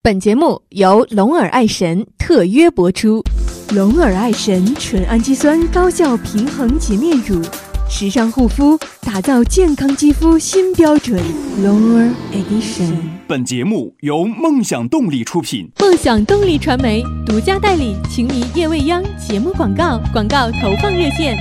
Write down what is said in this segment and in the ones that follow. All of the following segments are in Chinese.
本节目由龙耳爱神特约播出。龙耳爱神纯氨基酸高效平衡洁面乳，时尚护肤，打造健康肌肤新标准。龙耳 Edition。 本节目由梦想动力出品， 梦想动力传媒独家代理情迷夜未央节目广告，广告投放热线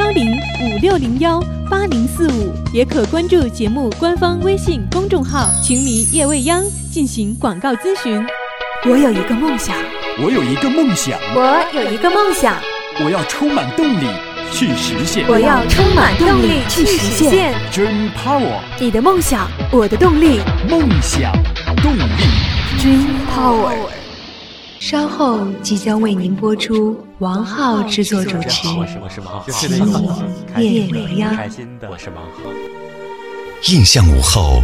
01056018045，也可关注节目官方微信公众号情迷夜未央进行广告咨询。 我有一个梦想， 我有一个梦想， 我有一个梦想， 我要充满动力去实现， 我要充满动力去实现。 Dream Power， 你的梦想，我的动力， 梦想动力 Dream Power。 稍后即将为您播出王浩制作主持情迷夜未央。 印象午后，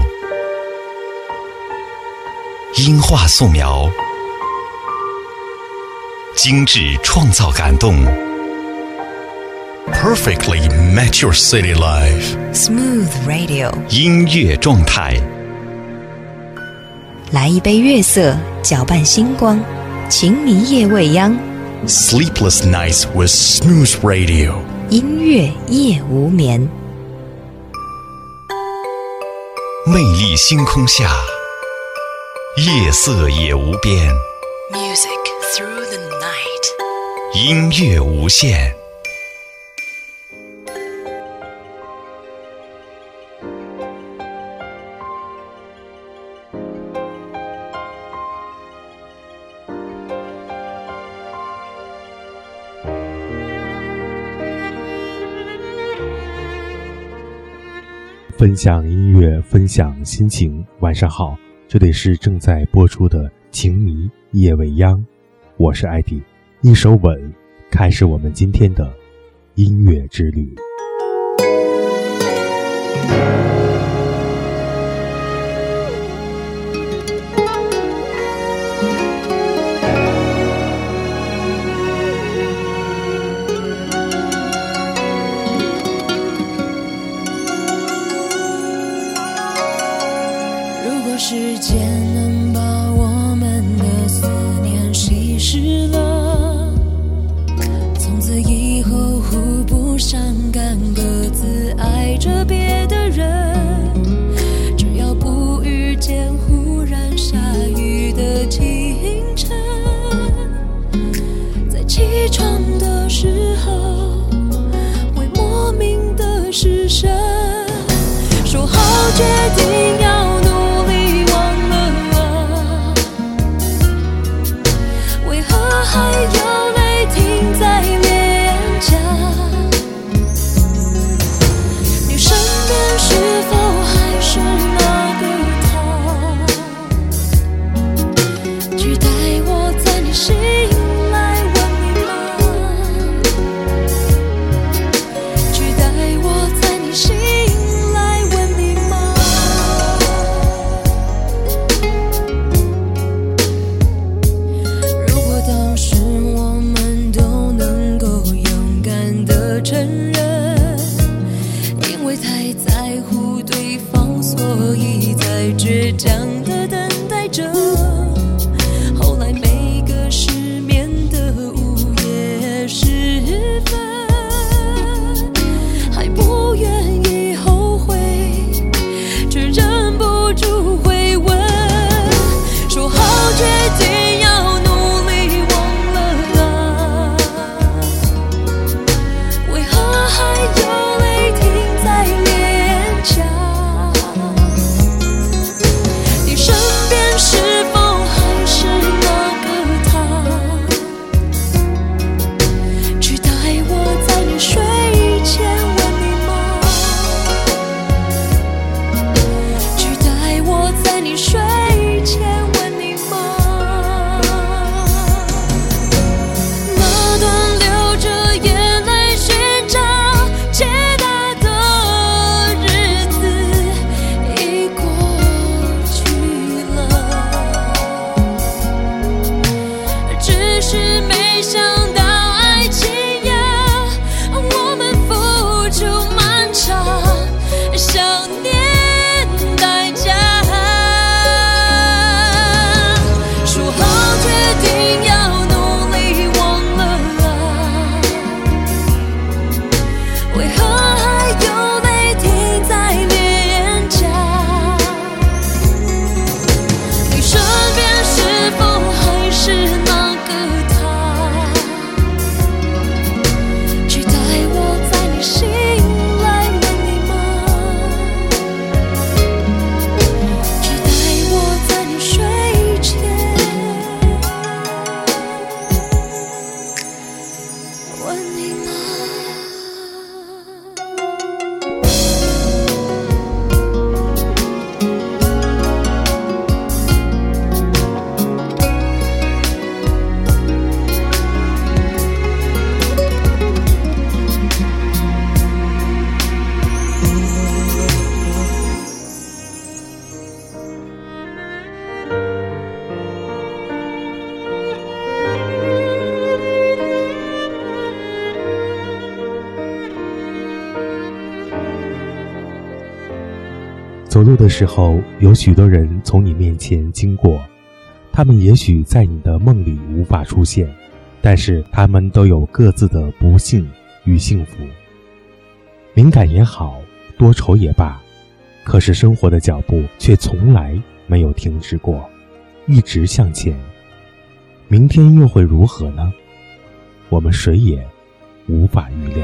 音画素描，精致创造感动， Perfectly match your city life. Smooth Radio， 音乐状态。 来一杯月色，搅拌星光，情迷夜未央。 Sleepless nights with smooth radio， 音乐夜无眠。 魅力星空下，夜色也无边。 Music through the night， 音乐无限。 分享音乐，分享心情。晚上好，这里是正在播出的情迷夜未央，我是艾迪。一首吻开始我们今天的音乐之旅。 时间能把我们的思念稀释了，从此以后互不相干，各自爱着别的人。只要不遇见忽然下雨的清晨，在起床的时候会莫名的失神，说好决定要还有泪停在脸颊，你身边是否还是那个他？期待我在你醒来问你吗？期待我在你醒来问你吗？如果当时我们都能够勇敢地承认，因为太在乎对方，所以在倔强地等待着。后来每个失眠的午夜时分，还不愿意后悔，却忍不住会问，说好决定要努力忘了啊，为何还有泪停在脸颊？你身边是否还是那个他？期待我在你睡前问你吗？期待我在你睡前问你吗？那段流着眼泪寻找解答的日子已过去了，只是没想到爱情呀，我们付出漫长想念代价。说走路的时候，有许多人从你面前经过，他们也许在你的梦里无法出现，但是他们都有各自的不幸与幸福。敏感也好，多愁也罢，可是生活的脚步却从来没有停止过，一直向前。明天又会如何呢？我们谁也无法预料。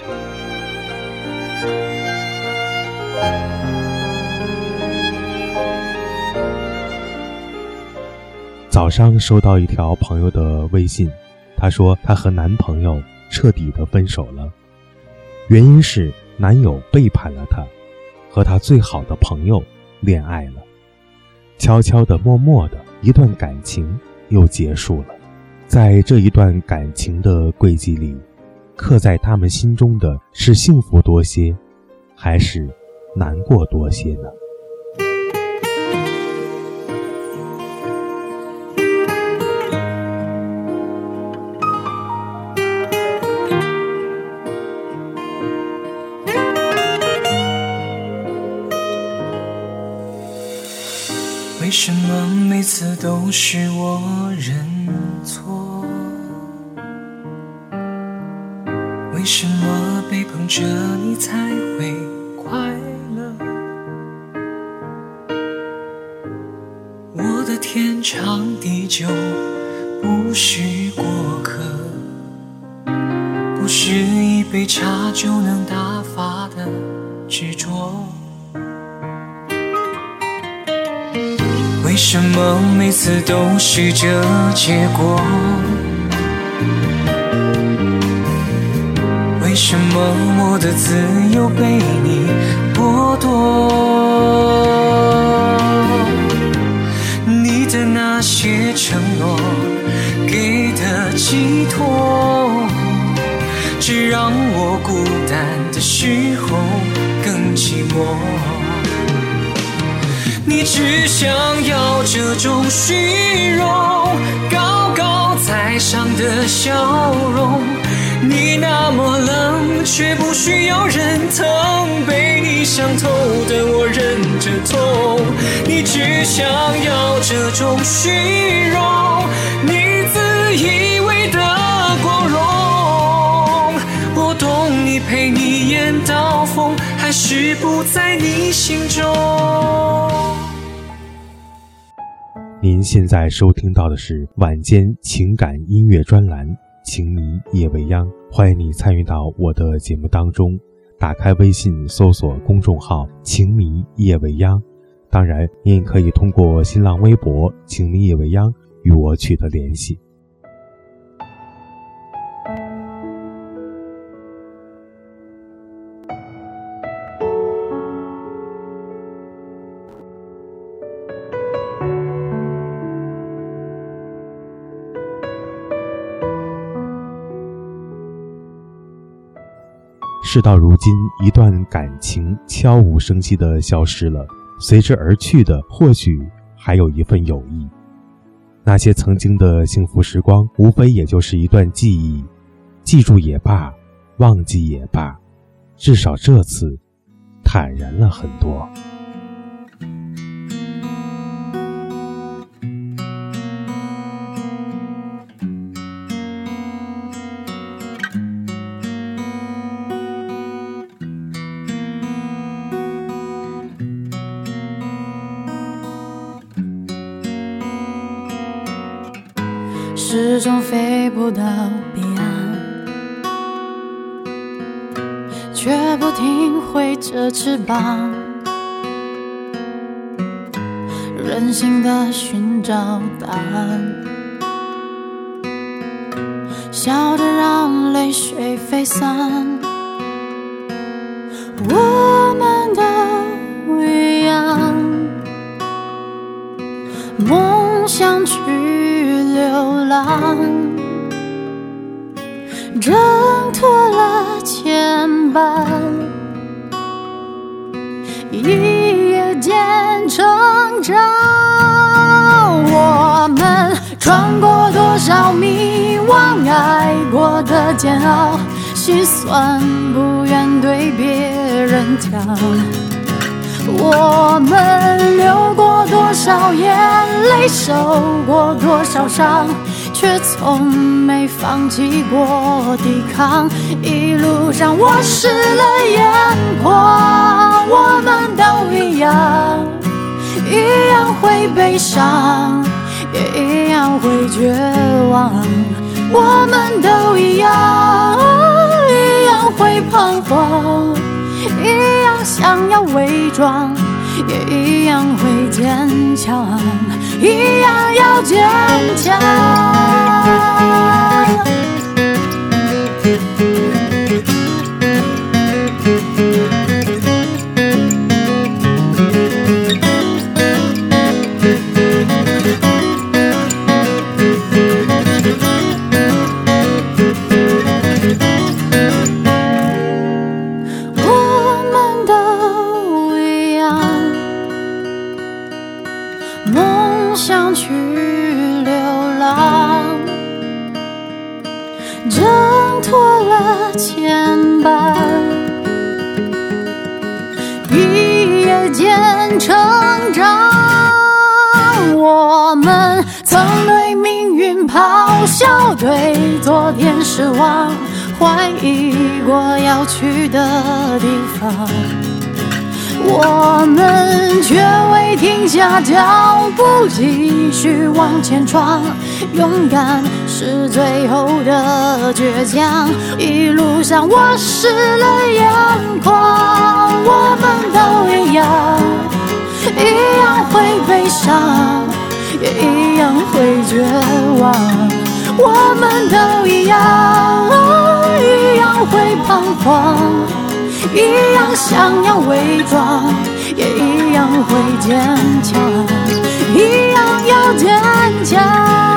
早上收到一条朋友的微信，她说她和男朋友彻底的分手了，原因是男友背叛了她，和她最好的朋友恋爱了。悄悄的默默的，一段感情又结束了。在这一段感情的轨迹里，刻在他们心中的是幸福多些，还是难过多些呢？ 为什么每次都是我认错？为什么背叛着你才会快乐？我的天长地久不是过客，不是一杯茶就能打发的执着。为什么每次都是这结果？为什么我的自由被你剥夺？你的那些承诺给的寄托，只让我孤单的时候更寂寞。你只想要这种虚荣，高高在上的笑容。你那么冷，却不需要人疼，被你伤透的我忍着痛。你只想要这种虚荣，你自以为的光荣。我懂你，陪你演到疯，还是不在你心中。 您现在收听到的是晚间情感音乐专栏情迷夜未央，欢迎你参与到我的节目当中。打开微信搜索公众号情迷夜未央，当然您也可以通过新浪微博情迷夜未央与我取得联系。事到如今，一段感情悄无声息地消失了，随之而去的或许还有一份友谊。那些曾经的幸福时光，无非也就是一段记忆，记住也罢，忘记也罢，至少这次坦然了很多。 始终飞不到彼岸，却不停挥着翅膀，任性地寻找答案，笑着让泪水飞散。我们都一样，梦想去流浪，挣脱了牵绊，一夜间成长。我们穿过多少迷惘，爱过的煎熬，心酸不愿对别人讲。 我们流过多少眼泪，受过多少伤，却从没放弃过抵抗。一路上我湿了眼眶，我们都一样，一样会悲伤，也一样会绝望。我们都一样，一样会彷徨，一样想要伪装，也一样会坚强，一样要坚强。想去流浪，挣脱了牵绊，一夜间成长。我们曾对命运咆哮，对昨天失望，怀疑过要去的地方。我们却未停下脚步，继续往前闯。勇敢是最后的倔强。一路上我湿了眼眶，我们都一样，一样会悲伤，也一样会绝望。我们都一样，一样会彷徨，一样想要伪装，也一样会坚强，一样要坚强。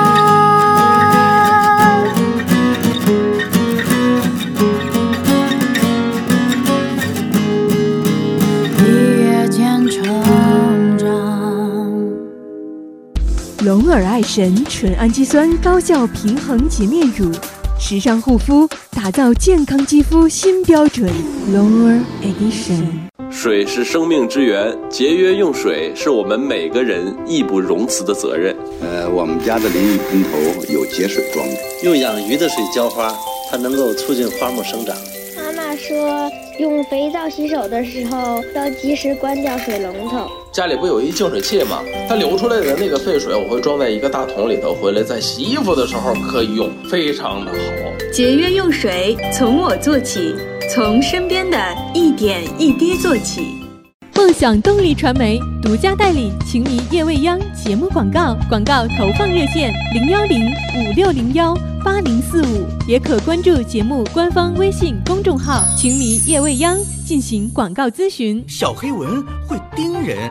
一夜间成长。 龙耳爱神纯氨基酸高效平衡洁面乳，时尚护肤，打造健康肌肤新标准。龙耳 Edition。 水是生命之源，节约用水是我们每个人义不容辞的责任。 我们家的淋浴喷头有节水装置， 用养鱼的水浇花，它能够促进花木生长。 妈妈说，用肥皂洗手的时候要及时关掉水龙头。 家里不有一净水器吗？它流出来的那个废水，我会装在一个大桶里头，回来在洗衣服的时候可以用，非常的好。 节约用水，从我做起，从身边的一点一滴做起。 梦想动力传媒独家代理情迷夜未央节目广告，广告投放热线01056018045，也可关注节目官方微信公众号情迷夜未央进行广告咨询。 小黑蚊会叮人，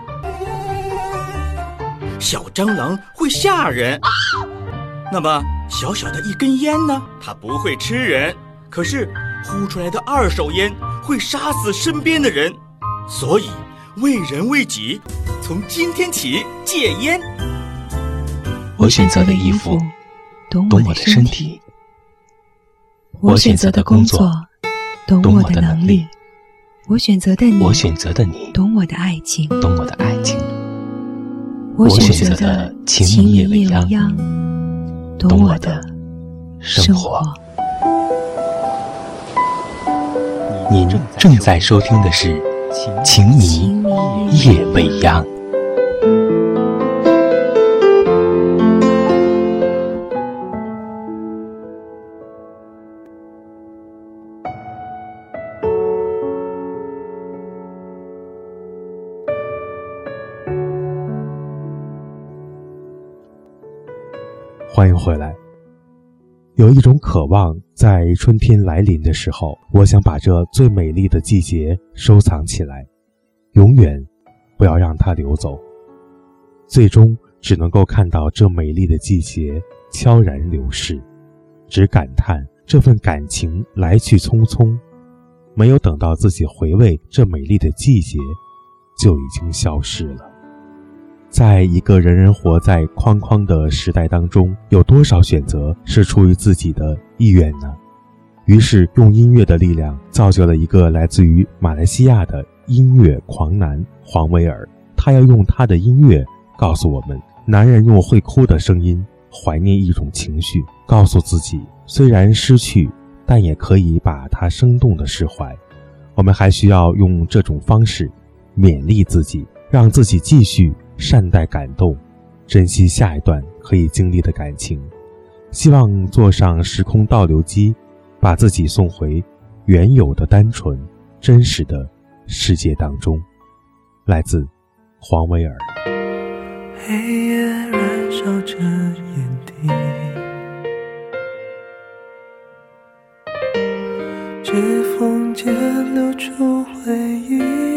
小蟑螂会吓人，那么小小的一根烟呢？它不会吃人，可是呼出来的二手烟会杀死身边的人，所以为人为己，从今天起戒烟。 我选择的衣服懂我的身体，我选择的工作懂我的能力， 我选择的你懂我的爱情， 我选择的情迷夜未央懂我的生活。您正在收听的是情迷夜未央。 欢迎回来。有一种渴望，在春天来临的时候，我想把这最美丽的季节收藏起来，永远不要让它流走。最终只能够看到这美丽的季节悄然流逝，只感叹这份感情来去匆匆，没有等到自己回味这美丽的季节，就已经消失了。在一个人人活在框框的时代当中，有多少选择是出于自己的意愿呢？于是用音乐的力量造就了一个来自于马来西亚的音乐狂男黄维尔，他要用他的音乐告诉我们，男人用会哭的声音怀念一种情绪，告诉自己虽然失去，但也可以把它生动地释怀。我们还需要用这种方式勉励自己，让自己继续善待感动，珍惜下一段可以经历的感情。希望坐上时空倒流机，把自己送回原有的单纯真实的世界当中。来自黄维尔。 黑夜燃烧着眼底，指缝间流出回忆，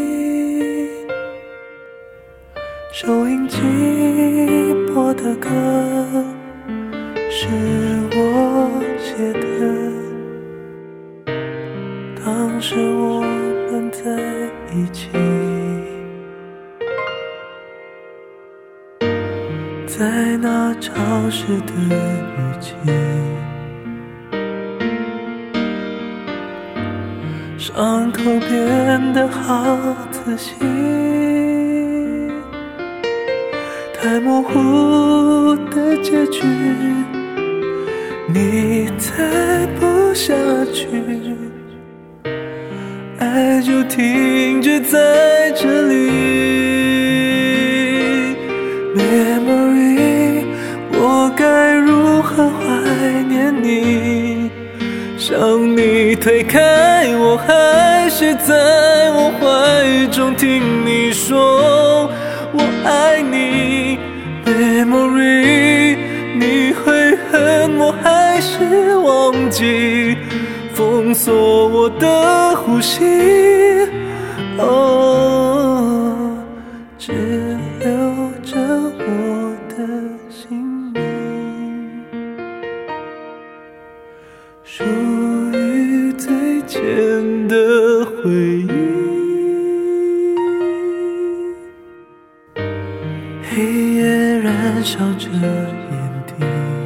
收音机播的歌是我写的，当时我们在一起，在那潮湿的雨季，伤口变得好仔细，太模糊的结局，你猜不下去，爱就停止在这里。Memory， 我该如何怀念你？想你推开我，还是在我怀中听你说我爱你？ Memory， 你会恨我还是忘记？封锁我的呼吸，哦，只留着我的姓名，属于最浅的回忆。黑夜燃烧着眼底，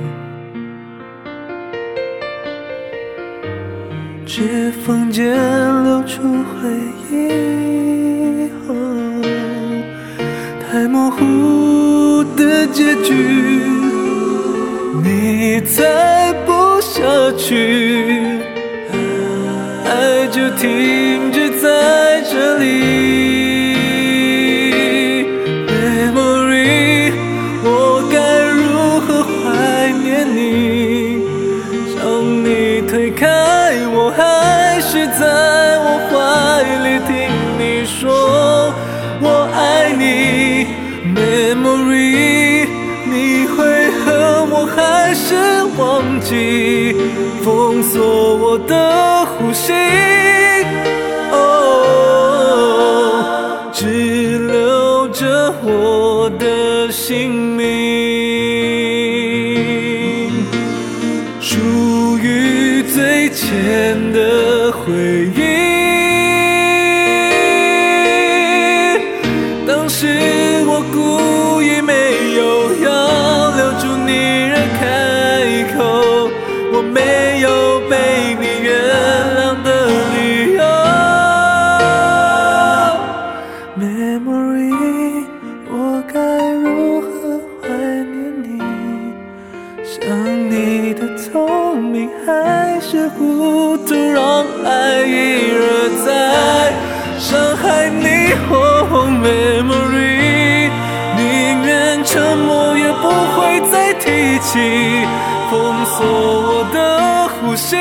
指缝间流出回忆，太模糊的结局，你猜不下去，爱就停止在这里。Memory， 我该如何怀念你？想你推开我，还是在我怀里听你说我爱你？ Memory， 你会恨我还是忘记？封锁我的呼吸，哦，只留着我的姓名，属于最浅的回忆。当时我故意没有要留住你人开口，我没有被你原谅的理由。 Memory， 我该如何怀念你？想你的聪明还是糊涂，让爱一而再伤害你。Memory， 宁愿沉默也不会再提起，封锁我的呼吸，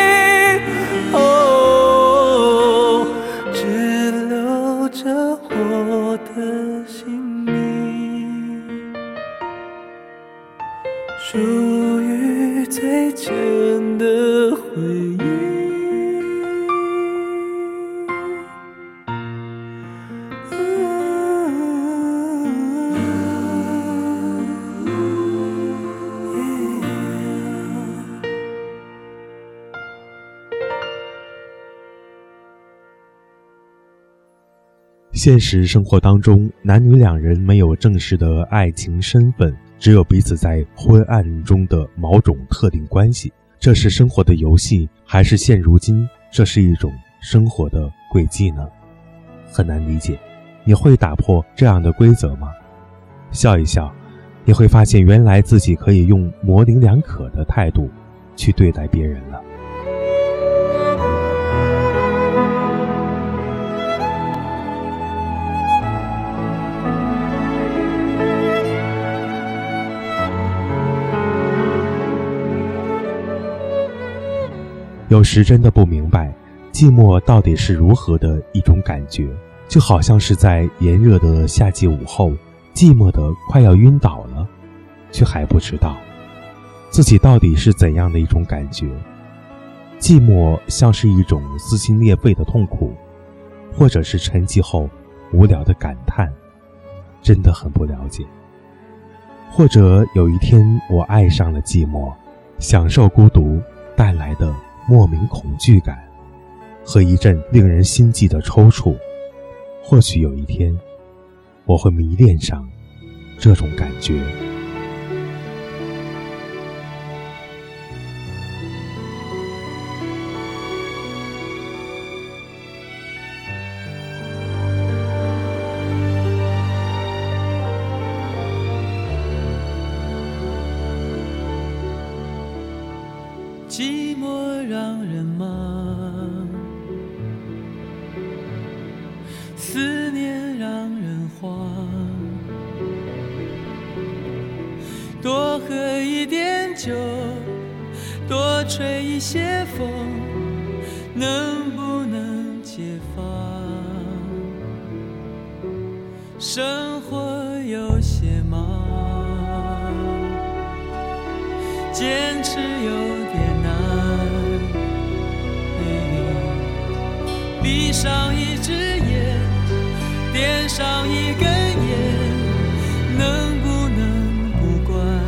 哦，只留着我的姓名，属于最浅的回忆。 现实生活当中，男女两人没有正式的爱情身份，只有彼此在昏暗中的某种特定关系。这是生活的游戏，还是现如今这是一种生活的轨迹呢？ 很难理解，你会打破这样的规则吗？笑一笑，你会发现原来自己可以用模棱两可的态度去对待别人了。有时真的不明白寂寞到底是如何的一种感觉，就好像是在炎热的夏季午后，寂寞的快要晕倒了，却还不知道自己到底是怎样的一种感觉。寂寞像是一种撕心裂肺的痛苦，或者是沉寂后无聊的感叹，真的很不了解。或者有一天我爱上了寂寞，享受孤独带来的莫名恐惧感和一阵令人心悸的抽搐，或许有一天我会迷恋上这种感觉。 寂寞让人忙，思念让人慌，多喝一点酒，多吹一些风，能不能解放？生活有些忙，坚持有点难，闭上一只眼，点上一根烟，能不能不管？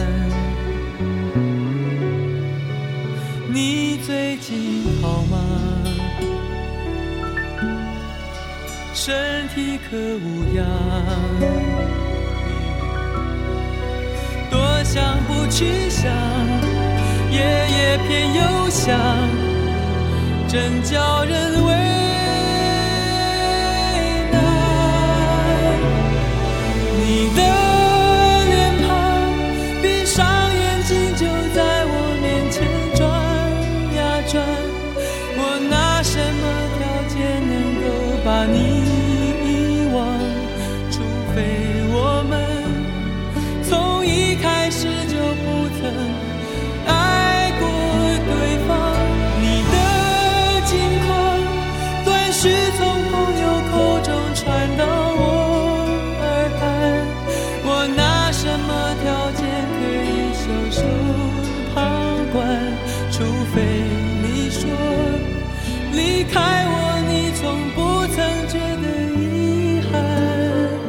你最近好吗？身体可无恙？多想不去想，夜夜偏又想，真叫人为难。你的脸庞，闭上眼睛就在我面前转呀转，我拿什么条件能够把你遗忘？除非我们从一开始就不曾爱过对方。你的近况断续从朋友口中传到我耳畔，我拿什么条件可以袖手旁观？除非你说离开我，你从不曾觉得遗憾。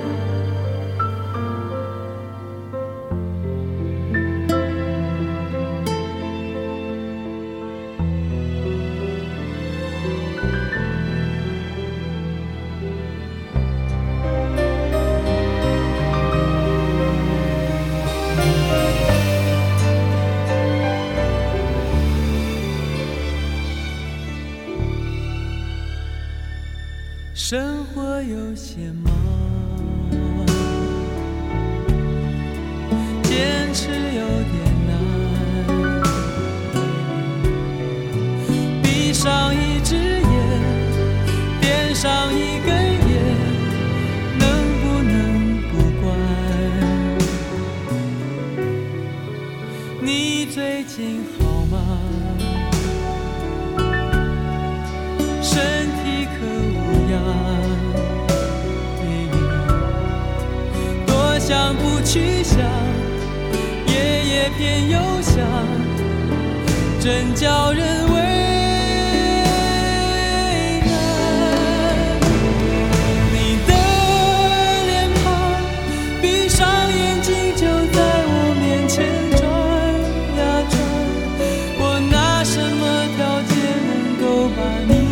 生活有些忙，坚持有点难，闭上一只眼，点上一根烟，能不能不管？你最近好吗？身体可无恙？多想不去想，夜夜偏又想，真叫人为难。你的脸庞，闭上眼睛就在我面前转呀转，我拿什么条件能够把你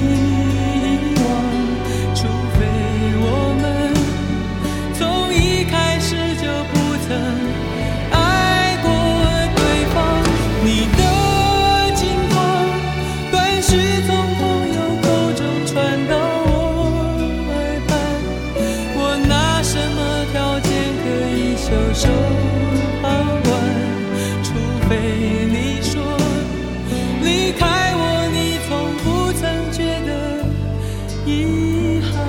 爱过对方？你的近况非你说离开我，你从不曾觉得遗憾。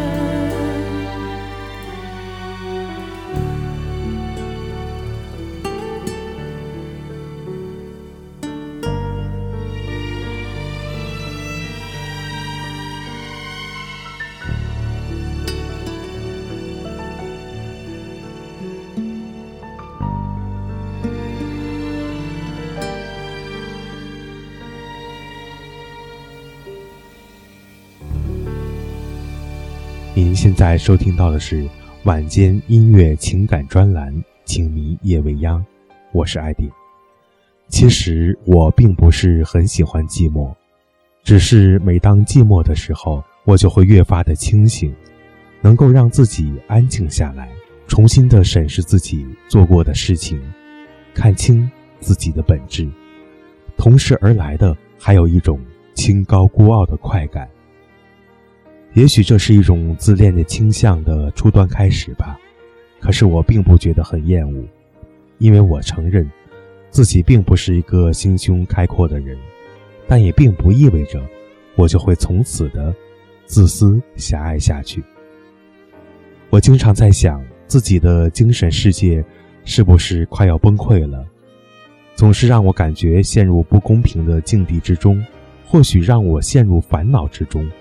您现在收听到的是晚间音乐情感专栏《情迷夜未央》，我是艾迪。其实我并不是很喜欢寂寞，只是每当寂寞的时候，我就会越发的清醒，能够让自己安静下来，重新的审视自己做过的事情，看清自己的本质。同时而来的还有一种清高孤傲的快感。也许这是一种自恋的倾向的初端开始吧，可是我并不觉得很厌恶，因为我承认自己并不是一个心胸开阔的人，但也并不意味着我就会从此的自私狭隘下去。我经常在想，自己的精神世界是不是快要崩溃了，总是让我感觉陷入不公平的境地之中，或许让我陷入烦恼之中。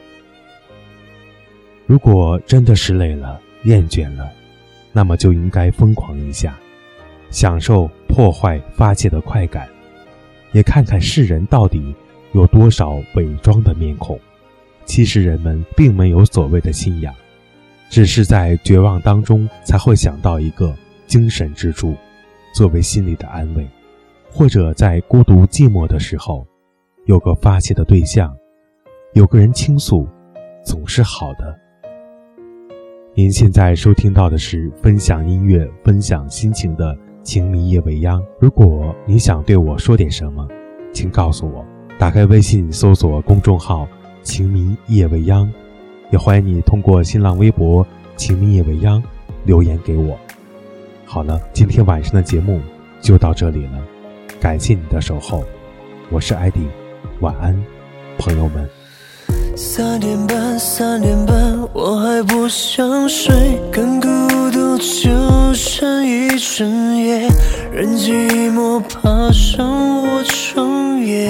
如果真的是累了厌倦了，那么就应该疯狂一下，享受破坏发泄的快感，也看看世人到底有多少伪装的面孔。其实人们并没有所谓的信仰，只是在绝望当中才会想到一个精神支柱作为心理的安慰，或者在孤独寂寞的时候有个发泄的对象，有个人倾诉总是好的。您现在收听到的是分享音乐分享心情的情迷夜未央。如果你想对我说点什么，请告诉我，打开微信搜索公众号情迷夜未央，也欢迎你通过新浪微博情迷夜未央留言给我。好了，今天晚上的节目就到这里了，感谢你的守候，我是艾迪，晚安朋友们。 3点半，我还不想睡，更孤独就剩一整夜，任寂寞爬上我窗沿。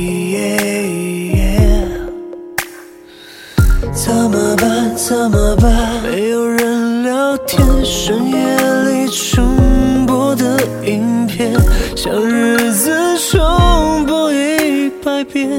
怎么办？没有人聊天，深夜里重播的影片，像日子重播100遍。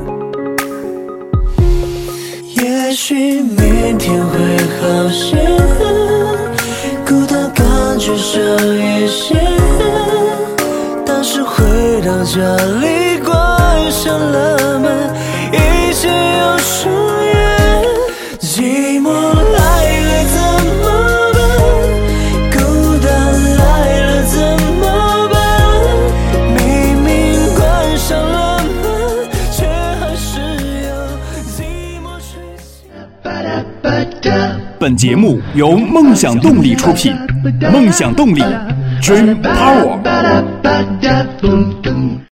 也许明天会好些，孤单感觉少一些，但是回到家里关上了门，一切又重演。寂寞来了怎么办？孤单来了怎么办？明明关上了门，却还是有寂寞吹响。 本节目由梦想动力出品，梦想动力 Dream Power。